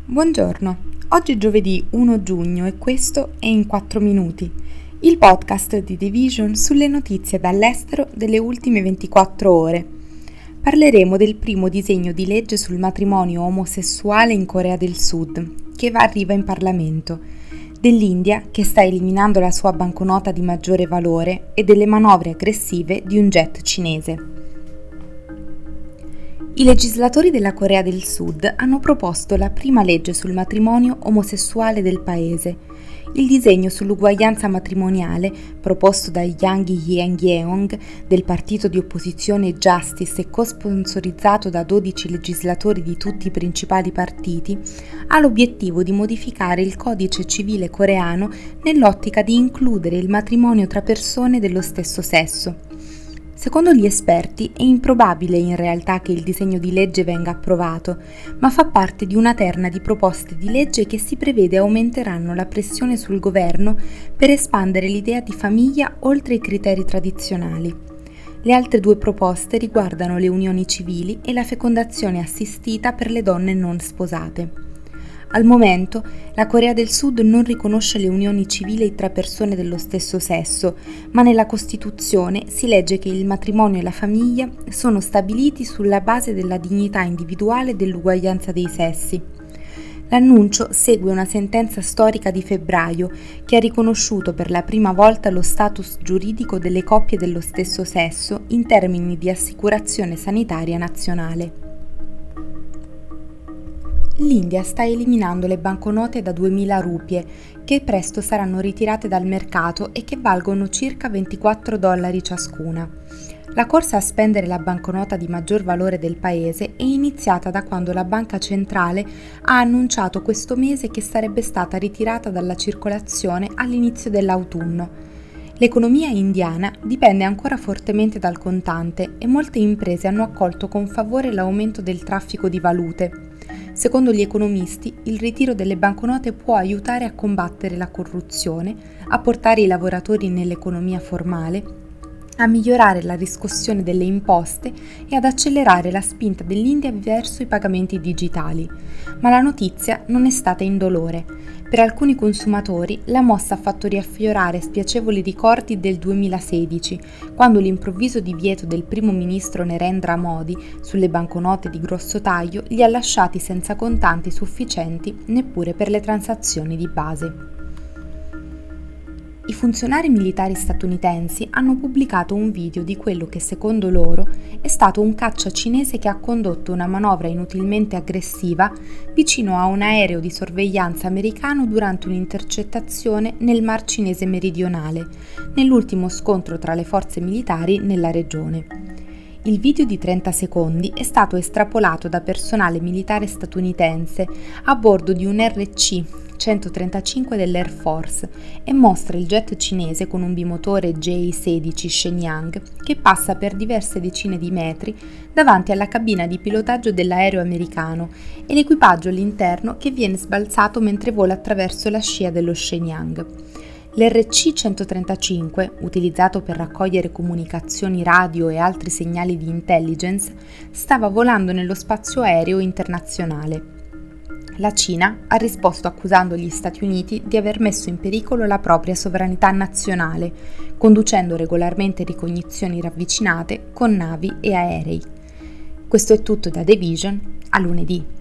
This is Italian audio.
Buongiorno, oggi è giovedì 1 giugno e questo è In 4 Minuti, il podcast di The Vision sulle notizie dall'estero delle ultime 24 ore. Parleremo del primo disegno di legge sul matrimonio omosessuale in Corea del Sud, che arriva in Parlamento, dell'India che sta eliminando la sua banconota di maggiore valore e delle manovre aggressive di un jet cinese. I legislatori della Corea del Sud hanno proposto la prima legge sul matrimonio omosessuale del paese. Il disegno sull'uguaglianza matrimoniale, proposto da Yang Yeong del partito di opposizione Justice e co-sponsorizzato da 12 legislatori di tutti i principali partiti, ha l'obiettivo di modificare il codice civile coreano nell'ottica di includere il matrimonio tra persone dello stesso sesso. Secondo gli esperti è improbabile in realtà che il disegno di legge venga approvato, ma fa parte di una terna di proposte di legge che si prevede aumenteranno la pressione sul governo per espandere l'idea di famiglia oltre i criteri tradizionali. Le altre due proposte riguardano le unioni civili e la fecondazione assistita per le donne non sposate. Al momento, la Corea del Sud non riconosce le unioni civili tra persone dello stesso sesso, ma nella Costituzione si legge che il matrimonio e la famiglia sono stabiliti sulla base della dignità individuale e dell'uguaglianza dei sessi. L'annuncio segue una sentenza storica di febbraio che ha riconosciuto per la prima volta lo status giuridico delle coppie dello stesso sesso in termini di assicurazione sanitaria nazionale. L'India sta eliminando le banconote da 2000 rupie, che presto saranno ritirate dal mercato e che valgono circa $24 ciascuna. La corsa a spendere la banconota di maggior valore del paese è iniziata da quando la banca centrale ha annunciato questo mese che sarebbe stata ritirata dalla circolazione all'inizio dell'autunno. L'economia indiana dipende ancora fortemente dal contante e molte imprese hanno accolto con favore l'aumento del traffico di valute. Secondo gli economisti, il ritiro delle banconote può aiutare a combattere la corruzione, a portare i lavoratori nell'economia formale, a migliorare la riscossione delle imposte e ad accelerare la spinta dell'India verso i pagamenti digitali. Ma la notizia non è stata indolore. Per alcuni consumatori la mossa ha fatto riaffiorare spiacevoli ricordi del 2016, quando l'improvviso divieto del primo ministro Narendra Modi sulle banconote di grosso taglio li ha lasciati senza contanti sufficienti neppure per le transazioni di base. I funzionari militari statunitensi hanno pubblicato un video di quello che secondo loro è stato un caccia cinese che ha condotto una manovra inutilmente aggressiva vicino a un aereo di sorveglianza americano durante un'intercettazione nel Mar Cinese meridionale, nell'ultimo scontro tra le forze militari nella regione. Il video di 30 secondi è stato estrapolato da personale militare statunitense a bordo di un RC-135 dell'Air Force e mostra il jet cinese con un bimotore J-16 Shenyang che passa per diverse decine di metri davanti alla cabina di pilotaggio dell'aereo americano e l'equipaggio all'interno che viene sbalzato mentre vola attraverso la scia dello Shenyang. L'RC-135, utilizzato per raccogliere comunicazioni radio e altri segnali di intelligence, stava volando nello spazio aereo internazionale. La Cina ha risposto accusando gli Stati Uniti di aver messo in pericolo la propria sovranità nazionale, conducendo regolarmente ricognizioni ravvicinate con navi e aerei. Questo è tutto da The Vision, a lunedì.